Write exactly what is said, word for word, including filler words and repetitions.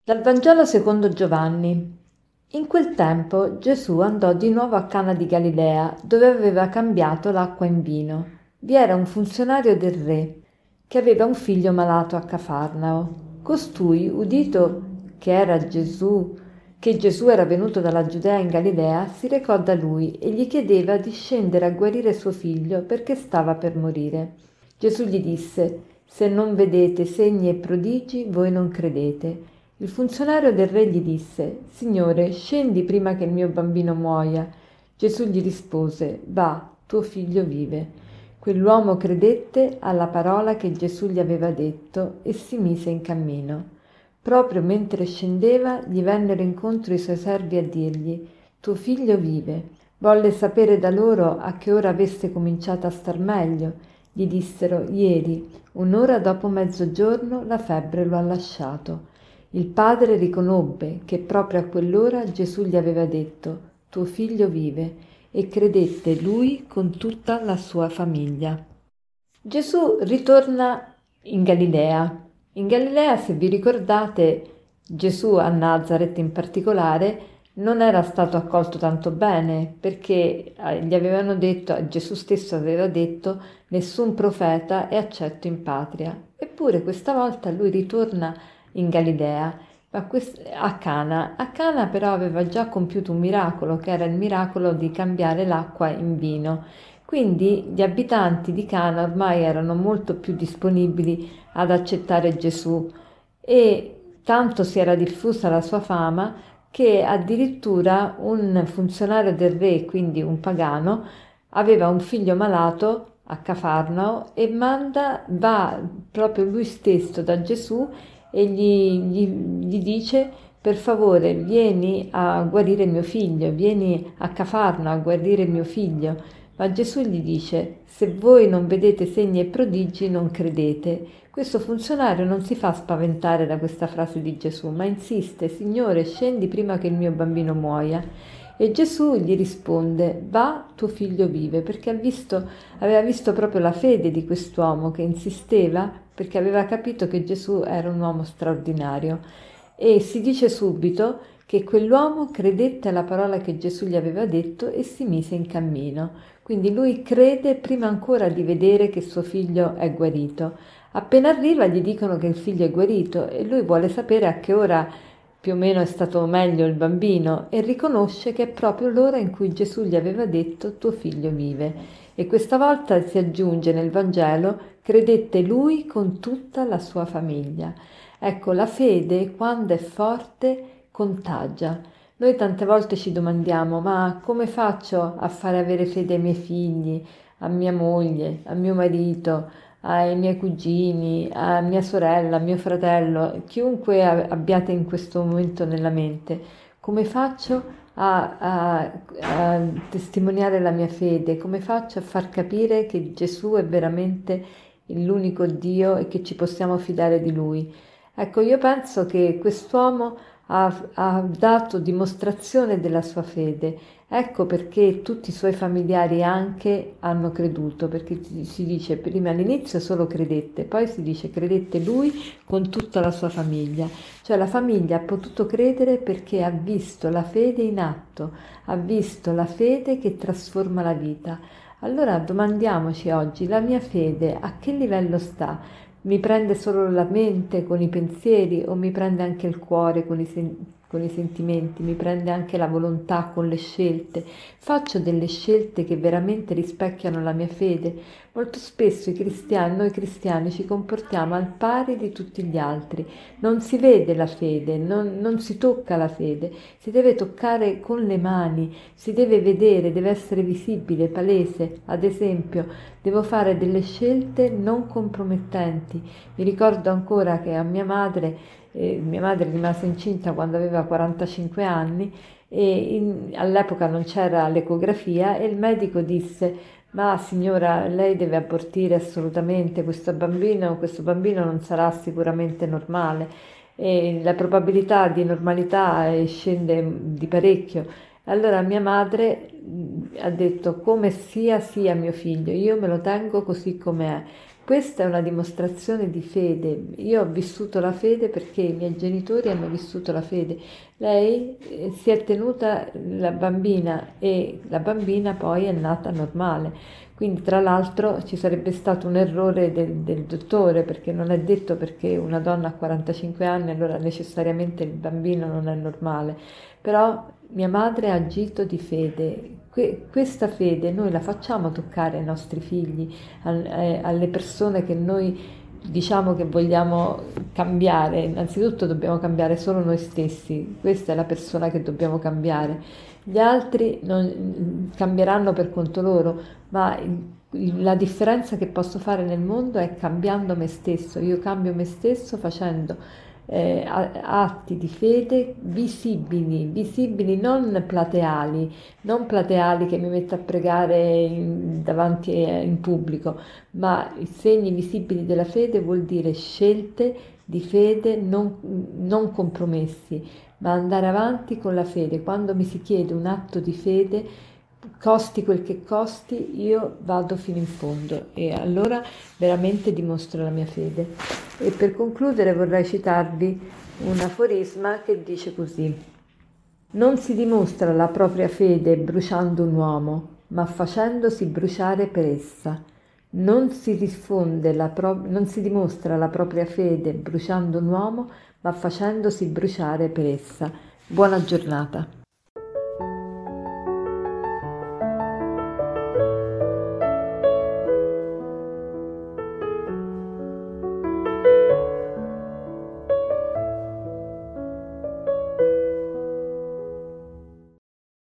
Dal Vangelo secondo Giovanni. In quel tempo Gesù andò di nuovo a Cana di Galilea, dove aveva cambiato l'acqua in vino. Vi era un funzionario del re che aveva un figlio malato a Cafarnao. Costui, udito che era Gesù, che Gesù era venuto dalla Giudea in Galilea, si recò da lui e gli chiedeva di scendere a guarire suo figlio perché stava per morire. Gesù gli disse: Se non vedete segni e prodigi, voi non credete. Il funzionario del re gli disse: Signore, scendi prima che il mio bambino muoia. Gesù gli rispose: Va, tuo figlio vive. Quell'uomo credette alla parola che Gesù gli aveva detto e si mise in cammino. Proprio mentre scendeva, gli vennero incontro i suoi servi a dirgli: Tuo figlio vive. Volle sapere da loro a che ora avesse cominciato a star meglio. Gli dissero: Ieri, un'ora dopo mezzogiorno, la febbre lo ha lasciato. Il padre riconobbe che proprio a quell'ora Gesù gli aveva detto: Tuo figlio vive, e credette lui con tutta la sua famiglia. Gesù ritorna in Galilea. In Galilea, se vi ricordate, Gesù a Nazareth in particolare non era stato accolto tanto bene perché gli avevano detto, Gesù stesso aveva detto, nessun profeta è accetto in patria. Eppure questa volta lui ritorna in Galilea, a Cana. A Cana però aveva già compiuto un miracolo, che era il miracolo di cambiare l'acqua in vino. Quindi gli abitanti di Cana ormai erano molto più disponibili ad accettare Gesù e tanto si era diffusa la sua fama che addirittura un funzionario del re, quindi un pagano, aveva un figlio malato a Cafarnao e manda, va proprio lui stesso da Gesù e gli, gli, gli dice: per favore vieni a guarire mio figlio, vieni a Cafarnao a guarire mio figlio. Ma Gesù gli dice: se voi non vedete segni e prodigi, non credete. Questo funzionario non si fa spaventare da questa frase di Gesù, ma insiste: Signore, scendi prima che il mio bambino muoia. E Gesù gli risponde: va, tuo figlio vive, perché ha visto, aveva visto proprio la fede di quest'uomo che insisteva, perché aveva capito che Gesù era un uomo straordinario. E si dice subito che quell'uomo credette alla parola che Gesù gli aveva detto e si mise in cammino. Quindi lui crede prima ancora di vedere che suo figlio è guarito. Appena arriva gli dicono che il figlio è guarito e lui vuole sapere a che ora più o meno è stato meglio il bambino e riconosce che è proprio l'ora in cui Gesù gli aveva detto: tuo figlio vive. E questa volta si aggiunge nel Vangelo: credette lui con tutta la sua famiglia. Ecco, la fede, quando è forte, contagia. Noi tante volte ci domandiamo: ma come faccio a fare avere fede ai miei figli, a mia moglie, a mio marito, ai miei cugini, a mia sorella, a mio fratello, chiunque abbiate in questo momento nella mente? Come faccio a, a, a testimoniare la mia fede? Come faccio a far capire che Gesù è veramente l'unico Dio e che ci possiamo fidare di Lui? Ecco, io penso che quest'uomo ha, ha dato dimostrazione della sua fede. Ecco perché tutti i suoi familiari anche hanno creduto, perché si dice prima all'inizio solo credette, poi si dice credette lui con tutta la sua famiglia. Cioè la famiglia ha potuto credere perché ha visto la fede in atto, ha visto la fede che trasforma la vita. Allora domandiamoci oggi: la mia fede a che livello sta? Mi prende solo la mente con i pensieri o mi prende anche il cuore con i, sen- con i sentimenti, mi prende anche la volontà con le scelte? Faccio delle scelte che veramente rispecchiano la mia fede? Molto spesso i cristiani, noi cristiani ci comportiamo al pari di tutti gli altri, non si vede la fede, non, non si tocca la fede, si deve toccare con le mani, si deve vedere, deve essere visibile, palese. Ad esempio, devo fare delle scelte non compromettenti. Mi ricordo ancora che a mia madre, eh, mia madre rimase incinta quando aveva quarantacinque anni e in- all'epoca non c'era l'ecografia e il medico disse: ma signora, lei deve abortire assolutamente questo bambino, questo bambino non sarà sicuramente normale e la probabilità di normalità eh, scende di parecchio. Allora mia madre mh, ha detto: come sia sia mio figlio, io me lo tengo così com'è. questa è una dimostrazione di fede. Io ho vissuto la fede perché i miei genitori hanno vissuto la fede. Lei eh, si è tenuta la bambina e la bambina poi è nata normale. Quindi tra l'altro ci sarebbe stato un errore del, del dottore, perché non è detto perché una donna ha quarantacinque anni allora necessariamente il bambino non è normale. Però mia madre ha agito di fede. Que- questa fede noi la facciamo toccare ai nostri figli, al- eh, alle persone che noi diciamo che vogliamo cambiare. Innanzitutto dobbiamo cambiare solo noi stessi, questa è la persona che dobbiamo cambiare. Gli altri non, cambieranno per conto loro, ma il- la differenza che posso fare nel mondo è cambiando me stesso. Io cambio me stesso facendo eh, a- atti di fede visibili, visibili, non plateali, non plateali che mi metto a pregare in- davanti a- in pubblico, ma i segni visibili della fede vuol dire scelte di fede non, non compromessi, ma andare avanti con la fede. Quando mi si chiede un atto di fede, costi quel che costi, io vado fino in fondo e allora veramente dimostro la mia fede. E per concludere vorrei citarvi un aforisma che dice così: non si dimostra la propria fede bruciando un uomo, ma facendosi bruciare per essa. Non si diffonde la pro- non si dimostra la propria fede bruciando un uomo, ma facendosi bruciare per essa. Buona giornata.